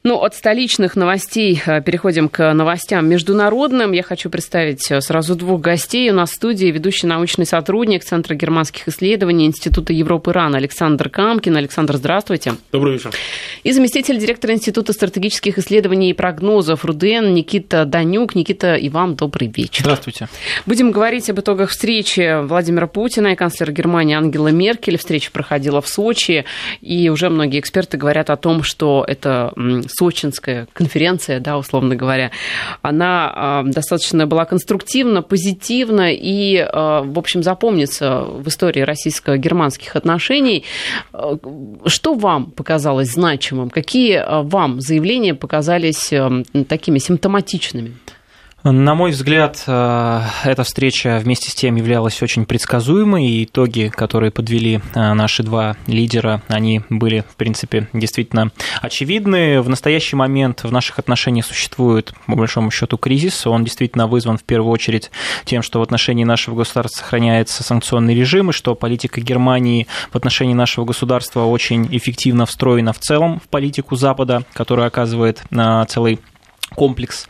Ну, от столичных новостей переходим к новостям международным. Я хочу представить сразу двух гостей. У нас в студии ведущий научный сотрудник Центра германских исследований Института Европы-РАН Александр Камкин. Александр, здравствуйте. Добрый вечер. И заместитель директора Института стратегических исследований и прогнозов РУДН Никита Данюк. Никита, и вам добрый вечер. Здравствуйте. Будем говорить об итогах встречи Владимира Путина и канцлера Германии Ангелы Меркель. Встреча проходила в Сочи, и уже многие эксперты говорят о том, что это сочинская конференция, да, условно говоря, она достаточно была конструктивна, позитивна и, в общем, запомнится в истории российско-германских отношений. Что вам показалось значимым? Какие вам заявления показались такими симптоматичными? На мой взгляд, эта встреча вместе с тем являлась очень предсказуемой, и итоги, которые подвели наши два лидера, они были, в принципе, действительно очевидны. В настоящий момент в наших отношениях существует, по большому счету, кризис. Он действительно вызван в первую очередь тем, что в отношении нашего государства сохраняется санкционный режим, и что политика Германии в отношении нашего государства очень эффективно встроена в целом в политику Запада, которая оказывает целый комплекс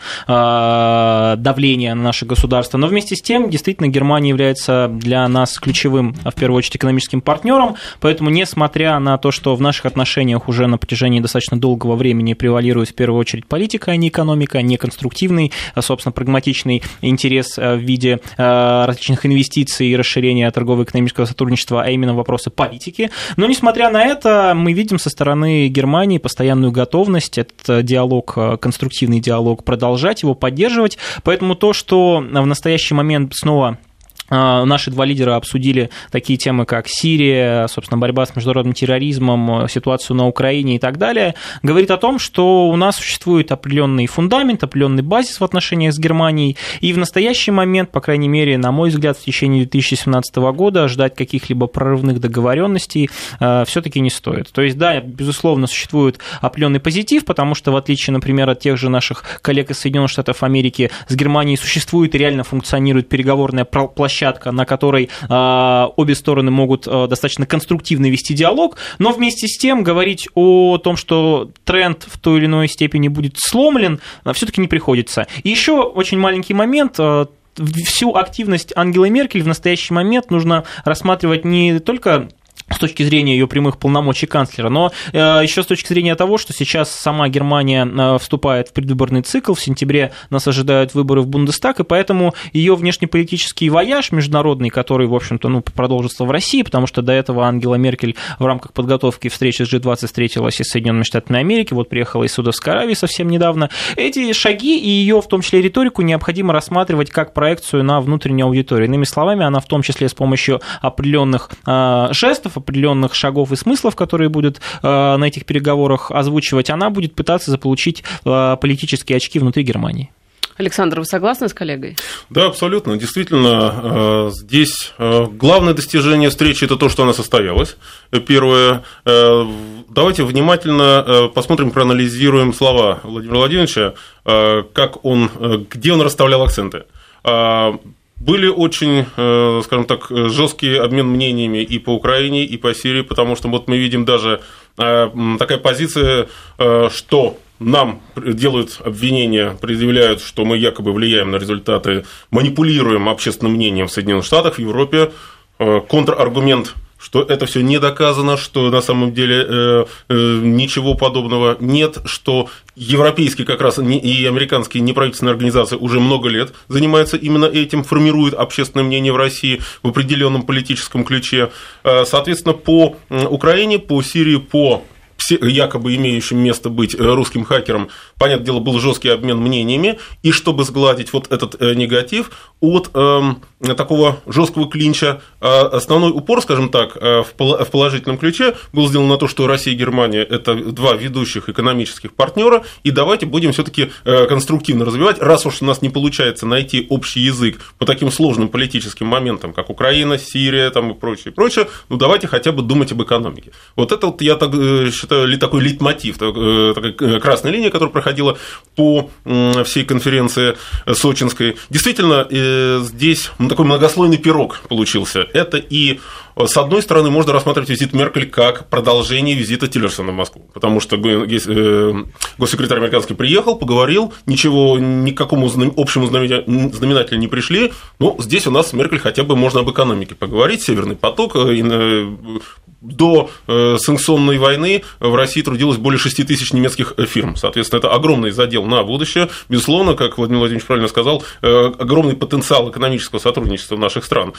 давления на наше государство. Но вместе с тем, действительно, Германия является для нас ключевым, в первую очередь, экономическим партнером, поэтому, несмотря на то, что в наших отношениях уже на протяжении достаточно долгого времени превалирует в первую очередь политика, а не экономика, а не конструктивный, собственно, прагматичный интерес в виде различных инвестиций и расширения торгово-экономического сотрудничества, а именно вопросы политики. Но, несмотря на это, мы видим со стороны Германии постоянную готовность, этот диалог, конструктивный диалог, продолжать его поддерживать, поэтому то, что в настоящий момент снова наши два лидера обсудили такие темы, как Сирия, собственно, борьба с международным терроризмом, ситуацию на Украине и так далее, говорит о том, что у нас существует определенный фундамент, определенный базис в отношениях с Германией, и в настоящий момент, по крайней мере, на мой взгляд, в течение 2017 года ждать каких-либо прорывных договоренностей все-таки не стоит. То есть, да, безусловно, существует определенный позитив, потому что, в отличие, например, от тех же наших коллег из Соединенных Штатов Америки, с Германией существует и реально функционирует переговорная площадка, на которой обе стороны могут достаточно конструктивно вести диалог, но вместе с тем говорить о том, что тренд в той или иной степени будет сломлен, все-таки не приходится. И еще очень маленький момент. Всю активность Ангелы Меркель в настоящий момент нужно рассматривать не только с точки зрения ее прямых полномочий канцлера, но еще с точки зрения того, что сейчас сама Германия вступает в предвыборный цикл, в сентябре нас ожидают выборы в Бундестаг, и поэтому ее внешнеполитический вояж международный, который, в общем-то, продолжится в России, потому что до этого Ангела Меркель в рамках подготовки встречи с G20 встретилась и с Соединенными Штатами Америки, вот приехала из Саудовской Аравии совсем недавно. Эти шаги и ее, в том числе, риторику, необходимо рассматривать как проекцию на внутреннюю аудиторию. Иными словами, она в том числе с помощью определенных жестов, определенных шагов и смыслов, которые будет на этих переговорах озвучивать, она будет пытаться заполучить политические очки внутри Германии. Александр, вы согласны с коллегой? Да, абсолютно. Действительно, здесь главное достижение встречи – это то, что она состоялась. Первое. Давайте внимательно посмотрим, проанализируем слова Владимира Владимировича, где он расставлял акценты. Были очень, скажем так, жесткий обмен мнениями и по Украине, и по Сирии, потому что вот мы видим даже такая позиция, что нам делают обвинения, предъявляют, что мы якобы влияем на результаты, манипулируем общественным мнением в Соединенных Штатах, в Европе. Контраргумент, что это все не доказано, что на самом деле ничего подобного нет, что европейские как раз и американские неправительственные организации уже много лет занимаются именно этим, формируют общественное мнение в России в определенном политическом ключе. Соответственно, по Украине, по Сирии, по якобы имеющим место быть русским хакерам, понятное дело, был жесткий обмен мнениями, и чтобы сгладить вот этот негатив от такого жесткого клинча, основной упор, скажем так, в положительном ключе был сделан на то, что Россия и Германия – это два ведущих экономических партнера, и давайте будем все-таки конструктивно развивать, раз уж у нас не получается найти общий язык по таким сложным политическим моментам, как Украина, Сирия там, и прочее, ну давайте хотя бы думать об экономике. Вот это, вот, я так считаю, такой лейтмотив, такая красная линия, которая проходила по всей конференции сочинской. Действительно, здесь такой многослойный пирог получился. Это и с одной стороны, можно рассматривать визит Меркель как продолжение визита Тиллерсона в Москву, потому что госсекретарь американский приехал, поговорил, ничего, ни к какому общему знаменателю не пришли, но здесь у нас с Меркель хотя бы можно об экономике поговорить, Северный поток, до санкционной войны в России трудилось более 6 тысяч немецких фирм. Соответственно, это огромный задел на будущее. Безусловно, как Владимир Владимирович правильно сказал, огромный потенциал экономического сотрудничества наших стран.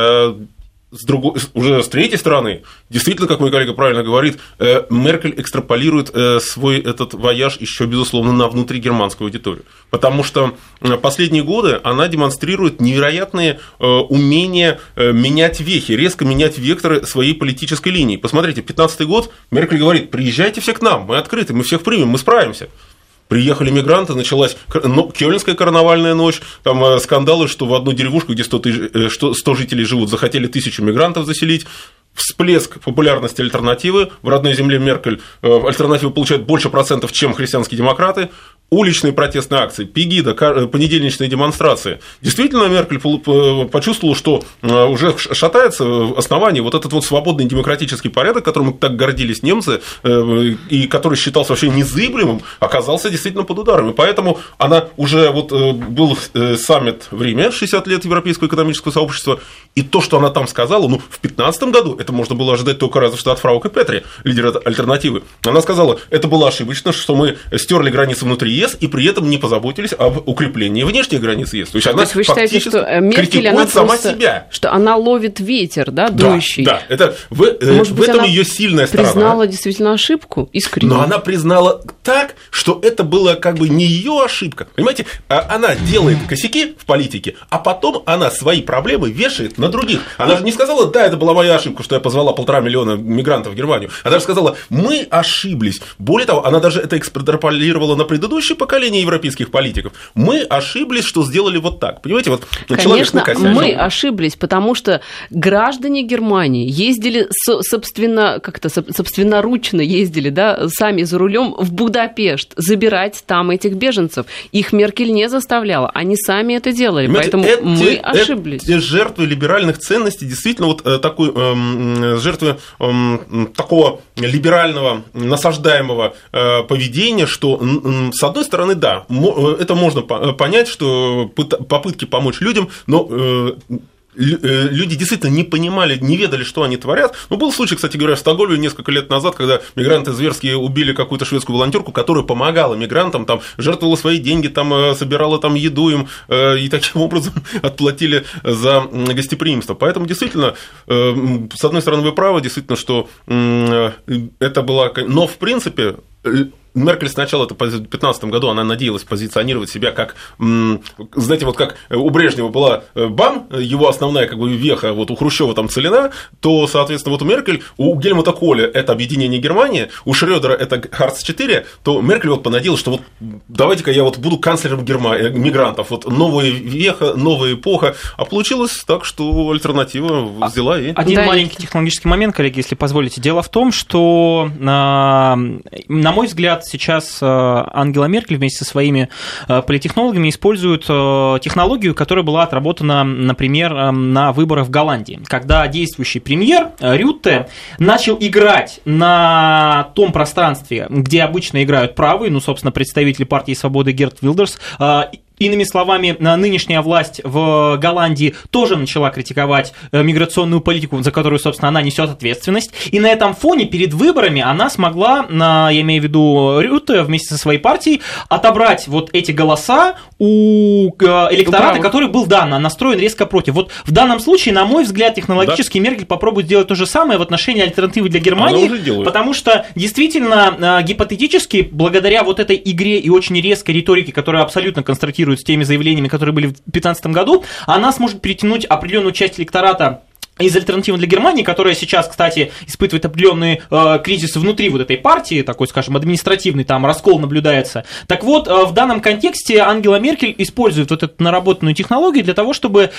Уже с третьей стороны, действительно, как мой коллега правильно говорит, Меркель экстраполирует свой этот вояж еще, безусловно, на внутригерманскую аудиторию. Потому что последние годы она демонстрирует невероятные умения менять вехи, резко менять векторы своей политической линии. Посмотрите, 2015 год, Меркель говорит: приезжайте все к нам, мы открыты, мы всех примем, мы справимся. Приехали мигранты, началась Кёльнская карнавальная ночь, там скандалы, что в одну деревушку, где 100 жителей живут, захотели 1000 мигрантов заселить. Всплеск популярности альтернативы. В родной земле Меркель альтернатива получает больше процентов, чем христианские демократы. Уличные протестные акции, Пегида, понедельничные демонстрации. Действительно, Меркель почувствовала, что уже шатается основание вот этот вот свободный демократический порядок, которым мы так гордились немцы, и который считался вообще незыблемым, оказался действительно под ударом. И поэтому она уже вот был саммит в Риме, 60 лет Европейского экономического сообщества, и то, что она там сказала, в 2015 году, это можно было ожидать только разве что от Фрауке Петри, лидера альтернативы. Она сказала: это было ошибочно, что мы стерли границы внутри ЕС и при этом не позаботились об укреплении внешней границы ЕС. То есть она вы считаете, что Меркель, она сама себя. Что она ловит ветер, да, дующий? Да, это в этом ее сильная сторона. Признала действительно ошибку, искренне. Но она признала так, что это было как бы не ее ошибка. Понимаете, она делает косяки в политике, а потом она свои проблемы вешает на других. Она же не сказала: да, это была моя ошибка, что я позвала 1,5 миллиона мигрантов в Германию. Она же сказала: мы ошиблись. Более того, она даже это экстраполировала на предыдущее поколение европейских политиков. Мы ошиблись, что сделали вот так. Понимаете, вот конечно, мы ошиблись, потому что граждане Германии ездили, собственноручно ездили, да, сами за рулем в Будапешт забирать там этих беженцев. Их Меркель не заставляла, они сами это делали, поэтому мы ошиблись. Эти жертвы либеральных ценностей, действительно, вот такой жертвы такого либерального, насаждаемого поведения, что, с одной стороны, да, это можно понять, что попытки помочь людям, но люди действительно не понимали, не ведали, что они творят. Был случай, кстати говоря, в Стокгольме несколько лет назад, когда мигранты зверски убили какую-то шведскую волонтерку, которая помогала мигрантам, там, жертвовала свои деньги, там, собирала там еду им, и таким образом отплатили за гостеприимство. Поэтому действительно, с одной стороны, вы правы, действительно, что это было... Но, в принципе, Меркель сначала, это в 2015 году, она надеялась позиционировать себя как, знаете, вот как у Брежнева была БАМ, его основная как бы веха, вот у Хрущева там целина, то, соответственно, вот у Меркель, у Гельмута Коля это объединение Германии, у Шрёдера это Харц-4, то Меркель вот понадеялась, что вот давайте-ка я вот буду канцлером мигрантов, вот новая веха, новая эпоха, а получилось так, что альтернатива взяла и... Один маленький технологический момент, коллеги, если позволите. Дело в том, что, на мой взгляд, сейчас Ангела Меркель вместе со своими политтехнологами используют технологию, которая была отработана, например, на выборах в Голландии, когда действующий премьер Рютте начал играть на том пространстве, где обычно играют правые, собственно, представители партии «Свободы» Герт Вилдерс. Иными словами, нынешняя власть в Голландии тоже начала критиковать миграционную политику, за которую, собственно, она несет ответственность. И на этом фоне перед выборами она смогла, я имею в виду Рютте, вместе со своей партией, отобрать вот эти голоса у электората, который был, настроен резко против. Вот в данном случае, на мой взгляд, технологически Меркель попробует сделать то же самое в отношении альтернативы для Германии, потому что действительно, гипотетически, благодаря вот этой игре и очень резкой риторике, которая абсолютно конструктирует с теми заявлениями, которые были в 2015 году, она сможет перетянуть определенную часть электората из альтернативы для Германии, которая сейчас, кстати, испытывает определенные кризисы внутри вот этой партии, такой, скажем, административный, там раскол наблюдается. Так вот, в данном контексте Ангела Меркель использует вот эту наработанную технологию для того, чтобы,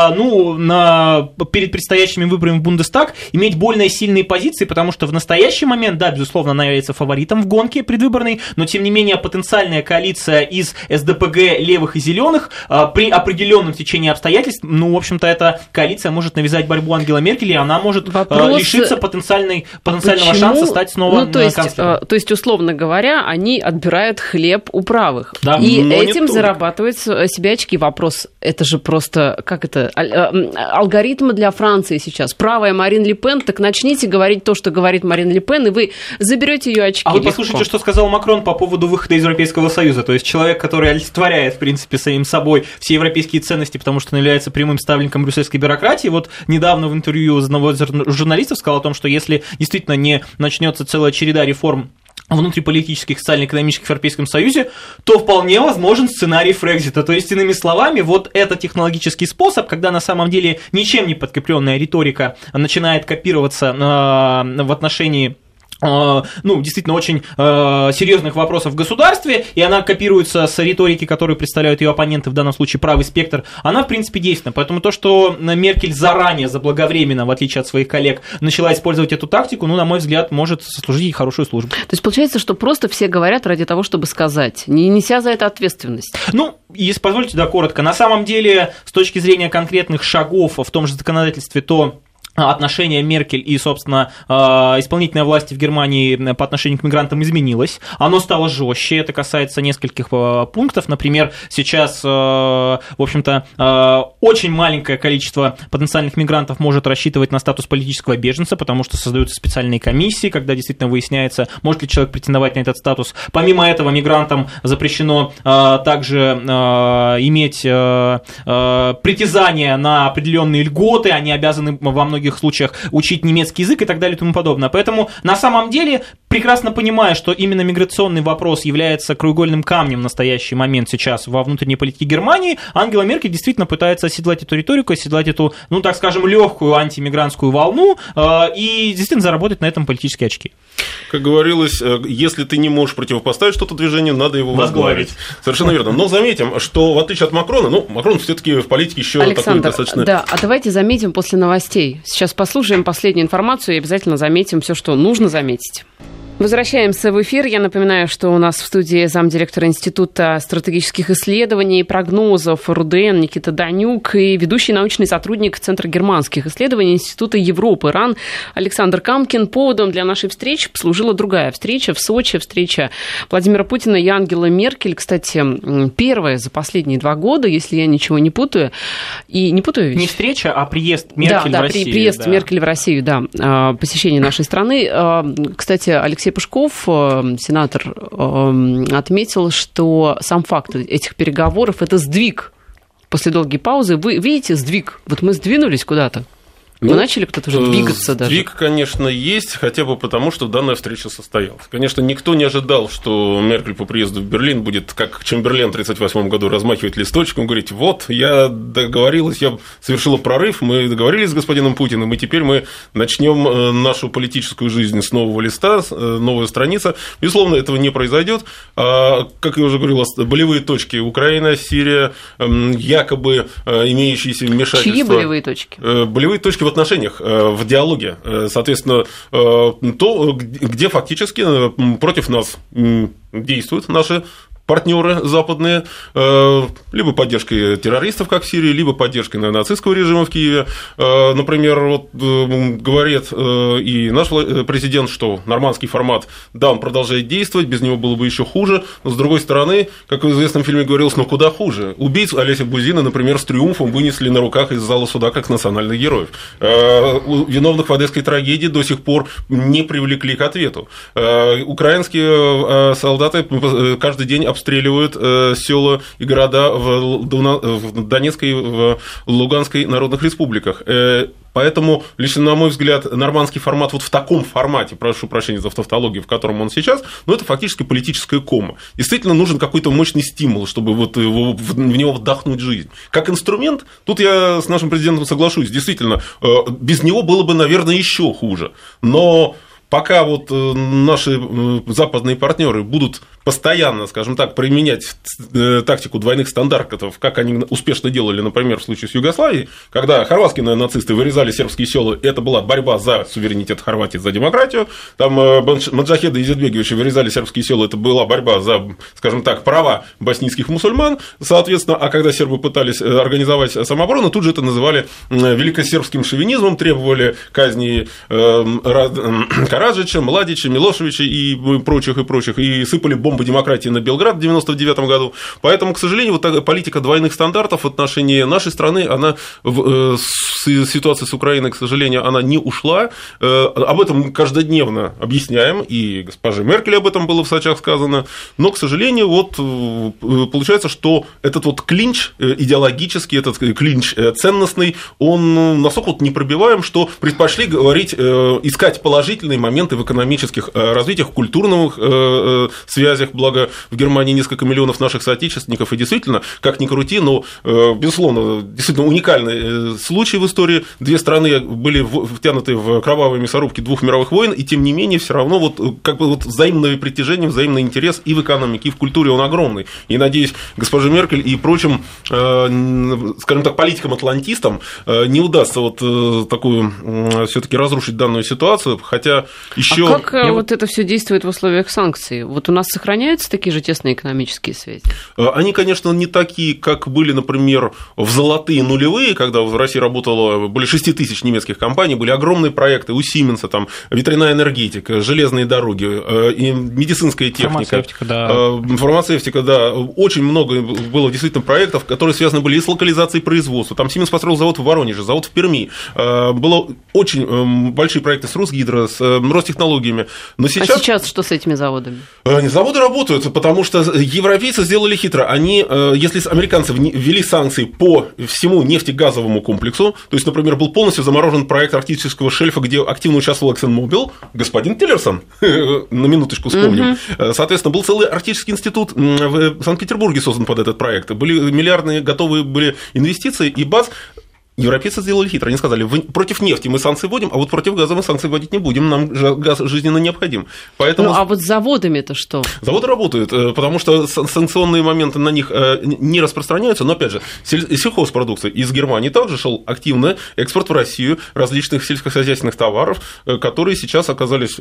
перед предстоящими выборами в Бундестаг иметь более сильные позиции, потому что в настоящий момент, да, безусловно, она является фаворитом в гонке предвыборной, но, тем не менее, потенциальная коалиция из СДПГ, левых и зеленых при определенном течении обстоятельств, в общем-то, эта коалиция может навязать борьбу Ангела Меркель, и она может лишиться потенциального шанса стать снова канцлером. То есть, условно говоря, они отбирают хлеб у правых. Да, и этим зарабатывают себе очки. Вопрос, это же просто, алгоритмы для Франции сейчас. Правая Марин Ле Пен, так начните говорить то, что говорит Марин Ле Пен, и вы заберете ее очки. А вы послушайте, что сказал Макрон по поводу выхода из Европейского Союза. То есть человек, который олицетворяет, в принципе, самим собой все европейские ценности, потому что он является прямым ставленником брюссельской бюрократии. Вот недавно в интервью одного из журналистов сказал о том, что если действительно не начнется целая череда реформ внутриполитических, социально-экономических в Европейском Союзе, то вполне возможен сценарий Фрексита. То есть, иными словами, вот это технологический способ, когда на самом деле ничем не подкрепленная риторика начинает копироваться в отношении действительно очень серьезных вопросов в государстве, и она копируется с риторики, которую представляют ее оппоненты, в данном случае правый спектр, она, в принципе, действенна. Поэтому то, что Меркель заранее, заблаговременно, в отличие от своих коллег, начала использовать эту тактику, на мой взгляд, может сослужить ей хорошую службу. То есть, получается, что просто все говорят ради того, чтобы сказать, не неся за это ответственность. Если позволите, коротко. На самом деле, с точки зрения конкретных шагов в том же законодательстве, то отношение Меркель и, собственно, исполнительной власти в Германии по отношению к мигрантам изменилось. Оно стало жестче. Это касается нескольких пунктов. Например, сейчас, в общем-то, очень маленькое количество потенциальных мигрантов может рассчитывать на статус политического беженца, потому что создаются специальные комиссии, когда действительно выясняется, может ли человек претендовать на этот статус. Помимо этого, мигрантам запрещено также иметь притязания на определенные льготы. Они обязаны во многих случаях учить немецкий язык и так далее и тому подобное. Поэтому, на самом деле, прекрасно понимая, что именно миграционный вопрос является краеугольным камнем в настоящий момент сейчас во внутренней политике Германии, Ангела Меркель действительно пытается оседлать эту риторику, оседлать эту, так скажем, легкую антимигрантскую волну и действительно заработать на этом политические очки. Как говорилось, если ты не можешь противопоставить что-то движению, надо его возглавить. Совершенно верно. Но заметим, что в отличие от Макрона, Макрон все-таки в политике еще такой достаточно... Да, а давайте заметим после новостей. Сейчас послушаем последнюю информацию и обязательно заметим все, что нужно заметить. Возвращаемся в эфир. Я напоминаю, что у нас в студии замдиректора Института стратегических исследований и прогнозов РУДН Никита Данюк и ведущий научный сотрудник Центра германских исследований Института Европы РАН Александр Камкин. Поводом для нашей встречи послужила другая встреча в Сочи, встреча Владимира Путина и Ангелы Меркель. Кстати, первая за последние 2 года, если я ничего не путаю. И не путаю ведь? Не встреча, а приезд Меркель в Россию. Приезд Меркель в Россию, да. Посещение нашей страны. Кстати, Алексей Пушков, сенатор, отметил, что сам факт этих переговоров – это сдвиг. После долгой паузы вы видите сдвиг? Вот мы сдвинулись куда-то. Мы начали кто-то уже двигаться даже. Сдвиг, конечно, есть, хотя бы потому, что данная встреча состоялась. Конечно, никто не ожидал, что Меркель по приезду в Берлин будет, как Чемберлен в 1938 году, размахивать листочком, говорить: вот, я договорилась, я совершила прорыв, мы договорились с господином Путиным, и теперь мы начнем нашу политическую жизнь с нового листа, новая страница. Безусловно, этого не произойдет. Как я уже говорил, болевые точки: Украина, Сирия, якобы имеющиеся вмешательства. Чьи болевые точки? Болевые точки в отношениях, в диалоге, соответственно, то, где фактически против нас действуют наши партнеры западные, либо поддержкой террористов, как в Сирии, либо поддержкой нацистского режима в Киеве. Например, говорит и наш президент, что нормандский формат, да, он продолжает действовать, без него было бы еще хуже, но с другой стороны, как в известном фильме говорилось, куда хуже. Убийц Олеся Бузина, например, с триумфом вынесли на руках из зала суда как национальных героев. Виновных в одесской трагедии до сих пор не привлекли к ответу. Украинские солдаты каждый день обстреливают села и города в Донецкой и в Луганской народных республиках. Поэтому, лично на мой взгляд, нормандский формат вот в таком формате, прошу прощения за тавтологию, в котором он сейчас, это фактически политическая кома. Действительно нужен какой-то мощный стимул, чтобы в него вдохнуть жизнь. Как инструмент, тут я с нашим президентом соглашусь, действительно, без него было бы, наверное, еще хуже. Но пока наши западные партнеры будут постоянно, скажем так, применять тактику двойных стандартов, как они успешно делали, например, в случае с Югославией, когда хорватские нацисты вырезали сербские села, это была борьба за суверенитет Хорватии, за демократию, там маджахеды Изетбеговичи вырезали сербские села, это была борьба за, скажем так, права боснийских мусульман, соответственно, а когда сербы пытались организовать самооборону, тут же это называли великосербским шовинизмом, требовали казни Караджича, Младича, Милошевича и прочих, и сыпали бомбы демократии на Белград в 1999 году. Поэтому, к сожалению, вот такая политика двойных стандартов в отношении нашей страны, она в ситуации с Украиной, к сожалению, она не ушла. Об этом каждодневно объясняем, и госпоже Меркель об этом было в Сочах сказано. Но, к сожалению, вот получается, что этот вот клинч идеологический, этот клинч ценностный, он настолько вот непробиваем, что предпочли говорить, искать положительные моменты в экономических развитиях, в культурных связях, благо в Германии несколько миллионов наших соотечественников, и действительно, как ни крути, но, безусловно, действительно уникальный случай в истории. Две страны были втянуты в кровавые мясорубки двух мировых войн, и тем не менее, все равно вот, как бы вот взаимное притяжение, взаимный интерес и в экономике, и в культуре он огромный. И, надеюсь, госпоже Меркель и прочим, скажем так, политикам-атлантистам не удастся вот такую все-таки разрушить данную ситуацию, хотя еще... А как вот это все действует в условиях санкций? Вот у нас сохраняются такие же тесные экономические связи? Они, конечно, не такие, как были, например, в золотые нулевые, когда в России работало более 6 тысяч немецких компаний, были огромные проекты у Сименса, там, ветряная энергетика, железные дороги, и медицинская техника, фармацевтика, да, очень много было действительно проектов, которые связаны были и с локализацией производства. Там Сименс построил завод в Воронеже, завод в Перми, было очень большие проекты с Росгидро, с Ростехнологиями. Но сейчас... А сейчас что с этими заводами? Заводы работают, потому что европейцы сделали хитро. Они, если американцы ввели санкции по всему нефтегазовому комплексу, то есть, например, был полностью заморожен проект арктического шельфа, где активно участвовал ExxonMobil, господин Тиллерсон, на минуточку вспомним. Соответственно, был целый арктический институт в Санкт-Петербурге создан под этот проект. Были миллиардные готовые были инвестиции, и БАС. Европейцы сделали хитро, они сказали, против нефти мы санкции вводим, а вот против газа мы санкции вводить не будем, нам газ жизненно необходим. Поэтому... Ну, а вот с заводами-то что? Заводы работают, потому что санкционные моменты на них не распространяются, но, опять же, сельхозпродукция из Германии также шел активно экспорт в Россию различных сельскохозяйственных товаров, которые сейчас оказались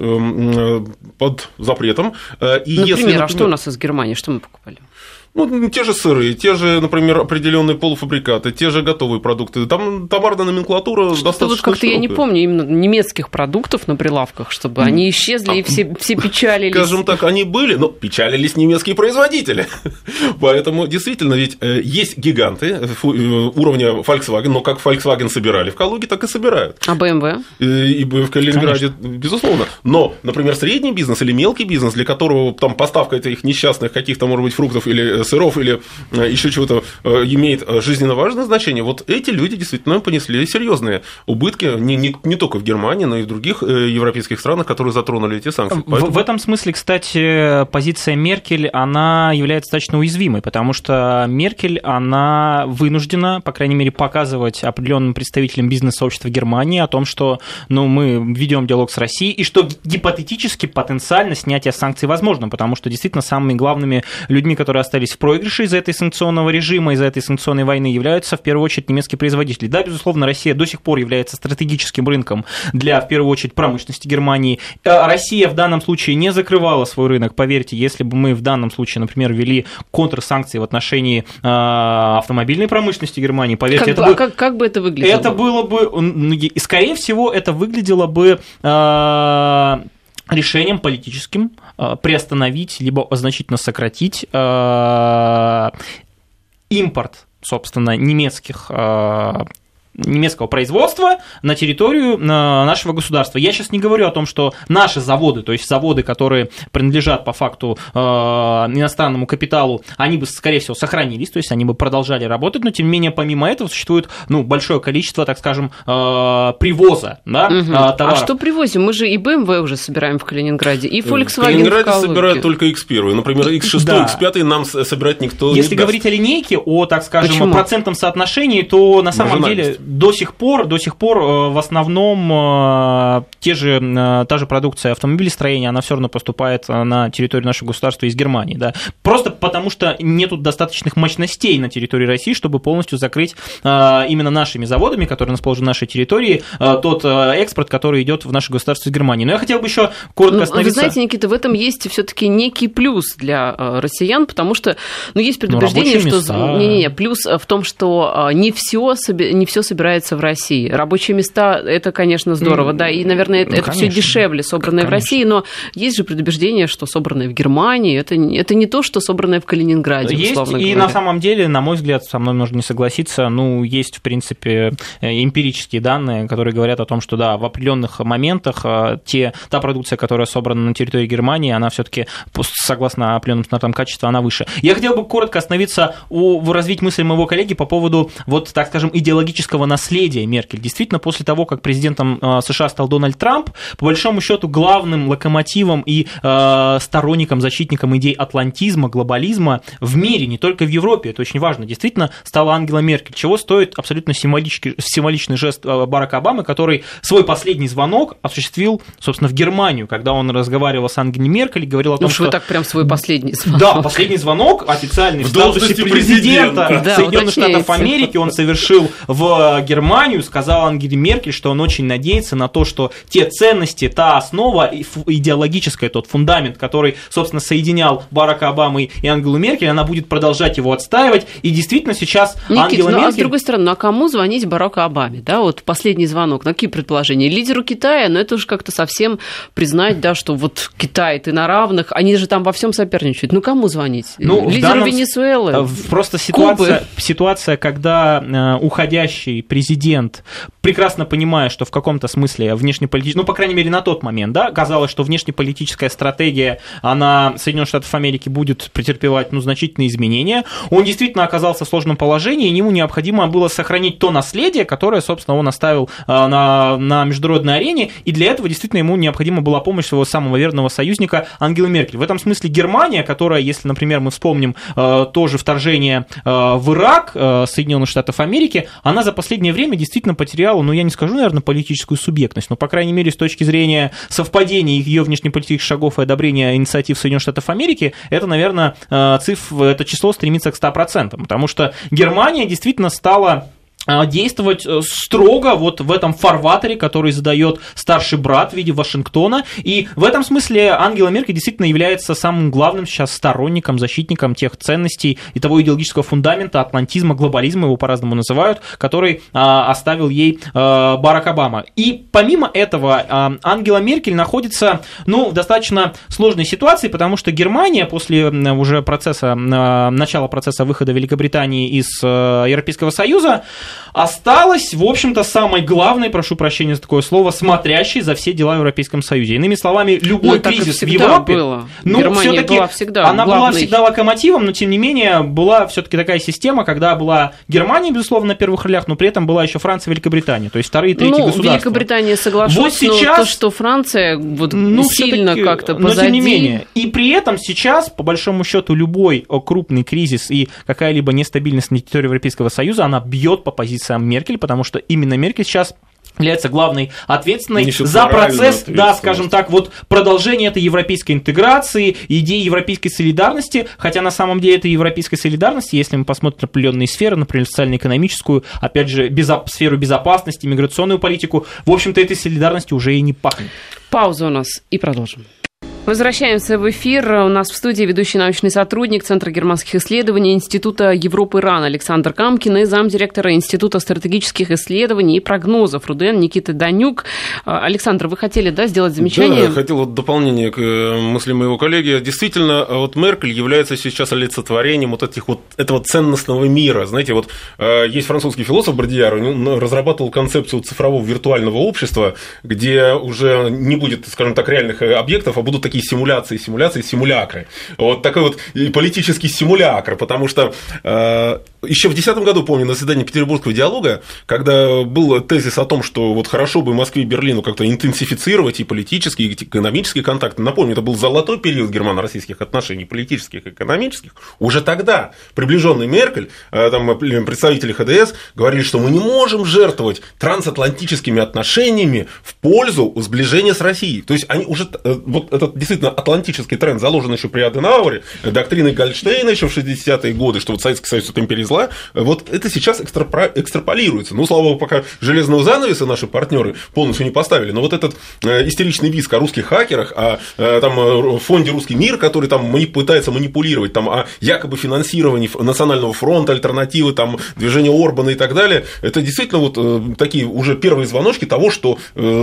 под запретом. И например, а что у нас из Германии, что мы покупали? Ну, те же сыры, те же, например, определенные полуфабрикаты, те же готовые продукты. Там товарная номенклатура достаточно вот как-то широкая. Я не помню именно немецких продуктов на прилавках, чтобы они исчезли и все печалились. Скажем так, они были, но печалились немецкие производители. Поэтому, действительно, ведь есть гиганты уровня Volkswagen, но как Volkswagen собирали в Калуге, так и собирают. А BMW? И в Калининграде, безусловно. Но, например, средний бизнес или мелкий бизнес, для которого там поставка этих несчастных каких-то, может быть, фруктов или сыров или еще чего-то имеет жизненно важное значение, вот эти люди действительно понесли серьезные убытки не только в Германии, но и в других европейских странах, которые затронули эти санкции. Поэтому... В этом смысле, кстати, позиция Меркель, она является достаточно уязвимой, потому что Меркель, она вынуждена, по крайней мере, показывать определенным представителям бизнес-сообщества Германии о том, что мы ведем диалог с Россией, и что гипотетически, потенциально снятие санкций возможно, потому что действительно самыми главными людьми, которые остались в проигрыше из-за этой санкционного режима, из-за этой санкционной войны, являются в первую очередь немецкие производители. Да, безусловно, Россия до сих пор является стратегическим рынком для, в первую очередь, промышленности Германии. Россия в данном случае не закрывала свой рынок. Поверьте, если бы мы в данном случае, например, ввели контрсанкции в отношении автомобильной промышленности Германии, поверьте, как бы это выглядело? Это было бы, скорее всего, это выглядело бы решением политическим приостановить либо значительно сократить импорт, собственно, немецкого производства на территорию нашего государства. Я сейчас не говорю о том, что наши заводы, то есть заводы, которые принадлежат по факту иностранному капиталу, они бы, скорее всего, сохранились, то есть они бы продолжали работать, но тем не менее, помимо этого, существует большое количество, так скажем, привоза товаров. А что привозим? Мы же и BMW уже собираем в Калининграде, и Volkswagen в Калининграде собирают только X1, например, X6, да. X5 нам собирать никто не даст. Если говорить о линейке, о, так скажем, процентном соотношении, то на самом деле... до сих пор в основном та же продукция автомобилестроения, она все равно поступает на территорию нашего государства из Германии, да, просто потому что нету достаточных мощностей на территории России, чтобы полностью закрыть именно нашими заводами, которые расположены на нашей территории, тот экспорт, который идет в наше государство из Германии. Но я хотел бы еще коротко остановиться. Вы знаете, Никита, в этом есть все-таки некий плюс для россиян, потому что есть предубеждение, что плюс в том, что не все собирается в России. Рабочие места – это, конечно, здорово, да, и, наверное, это все дешевле, собранное в России, но есть же предубеждение, что собранное в Германии – это не то, что собранное в Калининграде, условно говоря. И на самом деле, на мой взгляд, со мной можно не согласиться, есть, в принципе, эмпирические данные, которые говорят о том, что, да, в определенных моментах та продукция, которая собрана на территории Германии, она все-таки, согласно определенным стандартам качества, она выше. Я хотел бы коротко остановиться, развить мысль моего коллеги по поводу, так скажем, идеологического наследия Меркель. Действительно, после того, как президентом США стал Дональд Трамп, по большому счету, главным локомотивом и сторонником, защитником идей атлантизма, глобализма в мире, не только в Европе, это очень важно, действительно, стала Ангела Меркель, чего стоит абсолютно символичный жест Барака Обамы, который свой последний звонок осуществил, собственно, в Германию, когда он разговаривал с Ангелой Меркель и говорил о том, что... вы так прям свой последний звонок. Да, последний звонок официальный в статусе президента Соединенных Штатов Америки он совершил в Германию, сказал Ангеле Меркель, что он очень надеется на то, что те ценности, та основа идеологическая, тот фундамент, который, собственно, соединял Барака Обаму и Ангелу Меркель, она будет продолжать его отстаивать, и действительно сейчас Ангела Меркель... а с другой стороны, а кому звонить Бараку Обаме, да, последний звонок, какие предположения? Лидеру Китая, это уже как-то совсем признать, да, что Китай, ты на равных, они же там во всем соперничают, кому звонить? Лидеру Венесуэлы? Просто ситуация, когда уходящий президент, прекрасно понимая, что в каком-то смысле внешнеполитическая, по крайней мере, на тот момент, да, казалось, что внешнеполитическая стратегия, она Соединенных Штатов Америки будет претерпевать, значительные изменения, он действительно оказался в сложном положении, и ему необходимо было сохранить то наследие, которое, собственно, он оставил на международной арене, и для этого действительно ему необходима была помощь своего самого верного союзника Ангелы Меркель. В этом смысле Германия, которая, если, например, мы вспомним тоже вторжение в Ирак Соединенных Штатов Америки, она за последнее время действительно потеряла, я не скажу, наверное, политическую субъектность, но, по крайней мере, с точки зрения совпадения ее внешнеполитических шагов и одобрения инициатив Соединенных Штатов Америки, это, наверное, это число стремится к 100%, потому что Германия действительно стала действовать строго в этом фарватере, который задает старший брат в виде Вашингтона. И в этом смысле Ангела Меркель действительно является самым главным сейчас сторонником, защитником тех ценностей и того идеологического фундамента атлантизма, глобализма, его по-разному называют, который оставил ей Барак Обама. И помимо этого Ангела Меркель находится в достаточно сложной ситуации, потому что Германия после уже начала процесса выхода Великобритании из Европейского Союза осталась, в общем-то, самой главной, прошу прощения за такое слово, смотрящей за все дела в Европейском Союзе. Иными словами, любой кризис в Европе... Она была всегда локомотивом, но, тем не менее, была все-таки такая система, когда была Германия, безусловно, на первых ролях, но при этом была еще Франция и Великобритания, то есть вторые и третьи государства. Великобритания соглашалась, но то, что Франция сильно как-то позади... Но, тем не менее, и при этом сейчас, по большому счету, любой крупный кризис и какая-либо нестабильность на территории Европейского Союза, она бьет по позициям Меркель, потому что именно Меркель сейчас является главной ответственной за процесс, скажем так, продолжения этой европейской интеграции, идеи европейской солидарности, хотя на самом деле этой европейской солидарности, если мы посмотрим на определенные сферы, например, социально-экономическую, опять же, сферу безопасности, миграционную политику, в общем-то, этой солидарности уже и не пахнет. Пауза у нас и продолжим. Возвращаемся в эфир. У нас в студии ведущий научный сотрудник Центра германских исследований Института Европы-РАН Александр Камкин и замдиректора Института стратегических исследований и прогнозов РУДН Никита Данюк. Александр, вы хотели, сделать замечание? Да, я хотел дополнение к мысли моего коллеги. Действительно, Меркель является сейчас олицетворением этого ценностного мира. Знаете, есть французский философ Бордьяр, он разрабатывал концепцию цифрового виртуального общества, где уже не будет, скажем так, реальных объектов, а будут такие симуляции, симулякры. Такой и политический симулякр, потому что еще в 2010 году, помню, на заседании Петербургского диалога, когда был тезис о том, что вот хорошо бы Москве и Берлину как-то интенсифицировать и политические, и экономические контакты. Напомню, это был золотой период германо-российских отношений, политических и экономических. Уже тогда приближенный Меркель, там, представители ХДС говорили, что мы не можем жертвовать трансатлантическими отношениями в пользу сближения с Россией. То есть они уже, вот этот действительно атлантический тренд заложен еще при Аденауэре, доктриной Гольдштейна еще в 60-е годы, что вот Советский Союз – это империя зла, вот это сейчас экстраполируется. Ну, слава богу, пока железного занавеса наши партнеры полностью не поставили, но вот этот истеричный визг о русских хакерах, о там, фонде «Русский мир», который там пытается манипулировать, там, о якобы финансировании Национального фронта, альтернативы, там, движения Орбана и так далее, это действительно вот такие уже первые звоночки того, что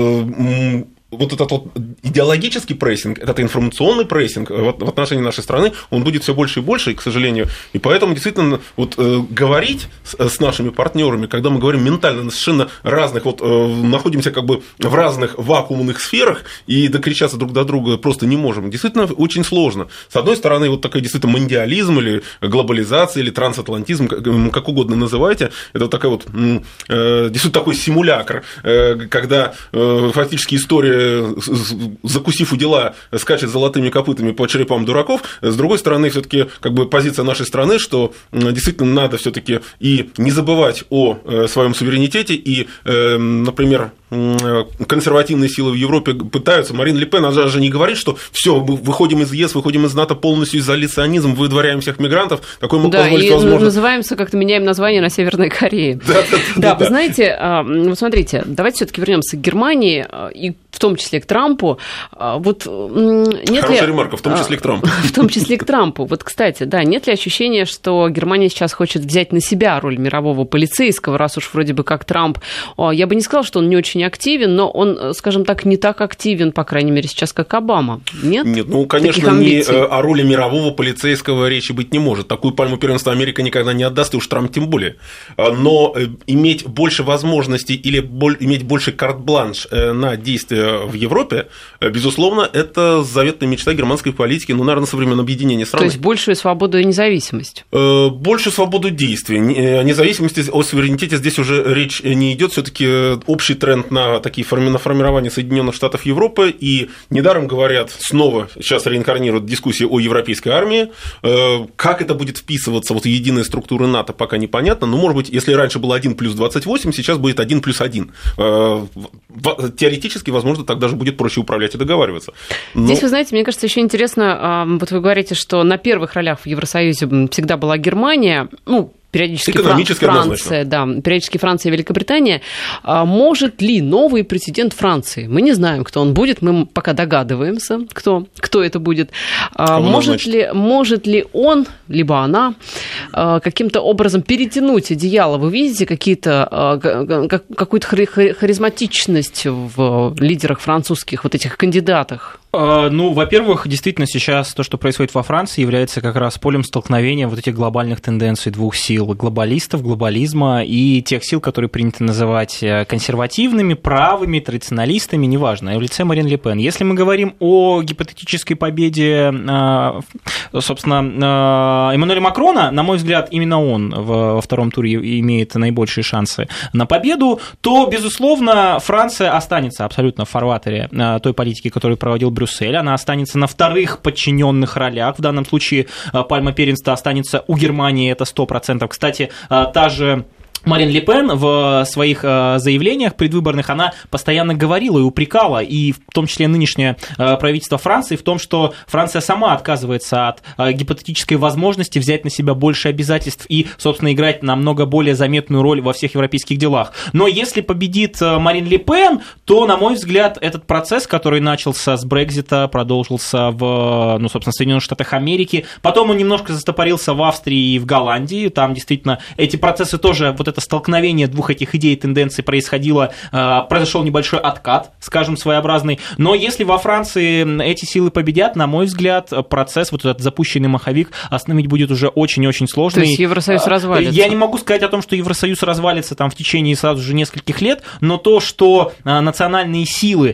вот этот вот идеологический прессинг, этот информационный прессинг в отношении нашей страны, он будет все больше и больше, и, к сожалению, и поэтому действительно вот говорить с нашими партнерами, когда мы говорим ментально на совершенно разных, вот находимся как бы в разных вакуумных сферах и докричаться друг до друга просто не можем, действительно очень сложно. С одной стороны, вот такой действительно мондиализм или глобализация, или трансатлантизм, как угодно называйте, это такая вот действительно такой симулякр, когда фактически история, закусив у дела, скачет золотыми копытами по черепам дураков. С другой стороны, все-таки как бы позиция нашей страны, что действительно надо все-таки и не забывать о своем суверенитете, и, например, консервативные силы в Европе пытаются. Марин Ле Пен, она же не говорит, что все, мы выходим из ЕС, выходим из НАТО полностью изоляционизм, выдворяем всех мигрантов. Такой мы позволить и возможно. Называемся, как-то меняем название на Северной Корее. Да, вы знаете, вот смотрите, давайте все-таки вернемся к Германии и в том числе к Трампу. Вот нет Хорошая ремарка, в том числе к Трампу. В том числе к Трампу. Вот, кстати, да, нет ли ощущения, что Германия сейчас хочет взять на себя роль мирового полицейского, раз уж вроде бы как Трамп, я бы не сказала, что он не очень активен, но он, скажем так, не так активен, по крайней мере, сейчас, как Обама. Нет? Нет, ну, конечно, не о роли мирового полицейского речи быть не может. Такую пальму первенства Америка никогда не отдаст, и уж Трамп тем более. Но иметь больше возможностей или иметь больше карт-бланш на действия в Европе, безусловно, это заветная мечта германской политики, ну, наверное, со времен объединения страны. То есть большую свободу и независимость? Больше свободу действий. О независимости, о суверенитете здесь уже речь не идет. Все-таки общий тренд на формирование Соединенных Штатов Европы, и недаром говорят, снова сейчас реинкарнируют дискуссии о европейской армии. Как это будет вписываться вот в единые структуры НАТО, пока непонятно. Но, может быть, если раньше было 1 плюс 28, сейчас будет 1 плюс 1. Теоретически, возможно, так даже будет проще управлять и договариваться. Но... Здесь, вы знаете, мне кажется, еще интересно, вот вы говорите, что на первых ролях в Евросоюзе всегда была Германия, ну, периодически Франция, да, периодически Франция и Великобритания. Может ли новый президент Франции, мы не знаем, кто он будет, мы пока догадываемся, кто это будет, может ли он, либо она, каким-то образом перетянуть одеяло? Вы видите какую-то харизматичность в лидерах французских, вот этих кандидатах? Ну, во-первых, действительно сейчас то, что происходит во Франции, является как раз полем столкновения вот этих глобальных тенденций двух сил. Глобалистов, глобализма и тех сил, которые принято называть консервативными, правыми, традиционалистами, неважно, в лице Марин Ле Пен. Если мы говорим о гипотетической победе, собственно, Эммануэля Макрона, на мой взгляд, именно он во втором туре имеет наибольшие шансы на победу, то, безусловно, Франция останется абсолютно в фарватере той политики, которую проводил Брюссель. Она останется на вторых подчиненных ролях. В данном случае пальма первенства останется у Германии, это 100%. Кстати, та же Марин Ле Пен в своих заявлениях предвыборных, она постоянно говорила и упрекала, и в том числе нынешнее правительство Франции, в том, что Франция сама отказывается от гипотетической возможности взять на себя больше обязательств и, собственно, играть намного более заметную роль во всех европейских делах. Но если победит Марин Ле Пен, то, на мой взгляд, этот процесс, который начался с Брексита, продолжился в, собственно, Соединенных Штатах Америки, потом он немножко застопорился в Австрии и в Голландии, там действительно эти процессы тоже, вот это столкновение двух этих идей и тенденций произошел небольшой откат, скажем, своеобразный. Но если во Франции эти силы победят, на мой взгляд, процесс, вот этот запущенный маховик, остановить будет уже очень-очень сложно. То есть Евросоюз развалится? Я не могу сказать о том, что Евросоюз развалится там в течение сразу же нескольких лет, но то, что национальные силы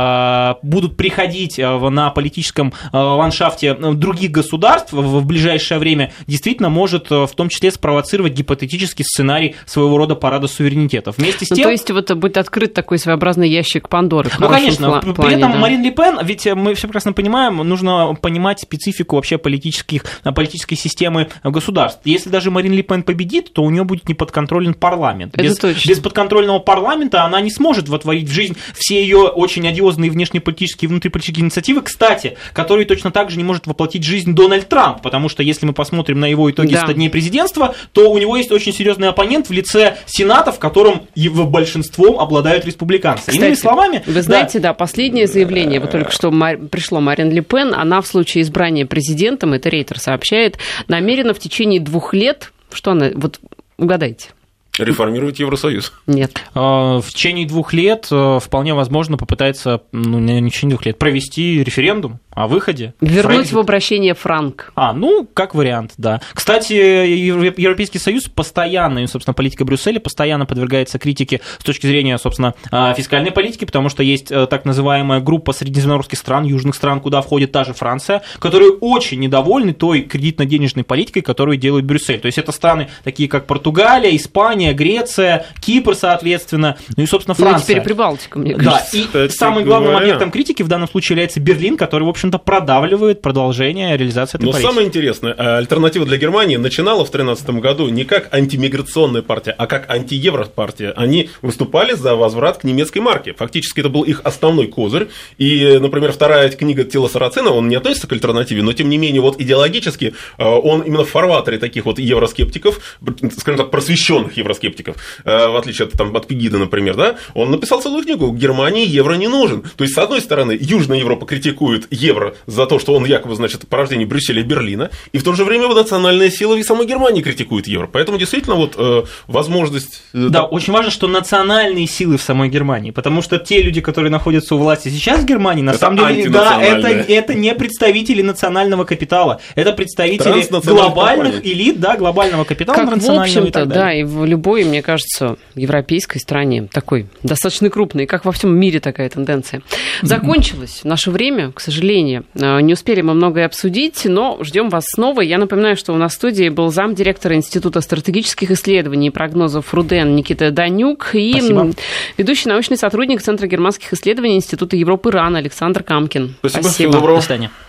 будут приходить на политическом ландшафте других государств в ближайшее время, действительно может в том числе спровоцировать гипотетический сценарий своего рода парада суверенитетов. Вместе с тем... То есть вот будет открыт такой своеобразный ящик Пандоры. Ну, конечно. При этом Марин Ле Пен, ведь мы все прекрасно понимаем, нужно понимать специфику вообще политической системы государств. Если даже Марин Ле Пен победит, то у нее будет неподконтролен парламент. Без подконтрольного парламента она не сможет вотворить в жизнь все ее очень одиозные внешнеполитические и внутриполитические инициативы, кстати, которые точно так же не может воплотить в жизнь Дональд Трамп, потому что если мы посмотрим на его итоги 100 дней президентства, то у него есть очень серьезный оппонент в лице Сената, в котором большинством обладают республиканцы. Кстати, иными словами... Вы знаете, последнее заявление, вот только что пришло Марин Ле Пен, она в случае избрания президентом, это Рейтер сообщает, намерена в течение 2 лет, что она, вот угадайте. Реформировать Евросоюз? Нет. В течение 2 лет вполне возможно попытается, не в течение 2 лет, провести референдум о выходе. Вернуть в обращение франк. Как вариант, да. Кстати, Европейский Союз постоянно, и, собственно, политика Брюсселя постоянно подвергается критике с точки зрения, собственно, фискальной политики, потому что есть так называемая группа средиземноморских стран, южных стран, куда входит та же Франция, которые очень недовольны той кредитно-денежной политикой, которую делает Брюссель. То есть это страны такие, как Португалия, Испания, Греция, Кипр, соответственно, и, собственно, Франция. Теперь Прибалтика, мне кажется. Да, и самым главным объектом критики в данном случае является Берлин, который, в общем-то, продавливает продолжение реализации этой политики. Но самое интересное, альтернатива для Германии начинала в 2013 году не как антимиграционная партия, а как антиевропартия. Они выступали за возврат к немецкой марке. Фактически это был их основной козырь. И, например, вторая книга Тила Сарацина, он не относится к альтернативе, но, тем не менее, вот идеологически он именно в фарватере таких вот евроскептиков, скажем так, просвещенных евроскептиков, в отличие от Пегида, например, да, он написал целую книгу «Германии евро не нужен». То есть, с одной стороны, Южная Европа критикует евро за то, что он якобы, порождение Брюсселя и Берлина, и в то же время национальные силы и самой Германии критикуют евро. Поэтому, действительно, возможность... Да, очень важно, что национальные силы в самой Германии, потому что те люди, которые находятся у власти сейчас в Германии, на самом деле, это не представители национального капитала, это представители глобальных элит, глобального капитала национального и так далее. Да, и в любой, мне кажется, европейской стране такой достаточно крупной, как во всем мире такая тенденция. Закончилось наше время, к сожалению. Не успели мы многое обсудить, но ждем вас снова. Я напоминаю, что у нас в студии был замдиректора Института стратегических исследований и прогнозов РУДН Никита Данюк и ведущий научный сотрудник Центра германских исследований Института Европы РАН Александр Камкин. Спасибо. Всего доброго. До свидания.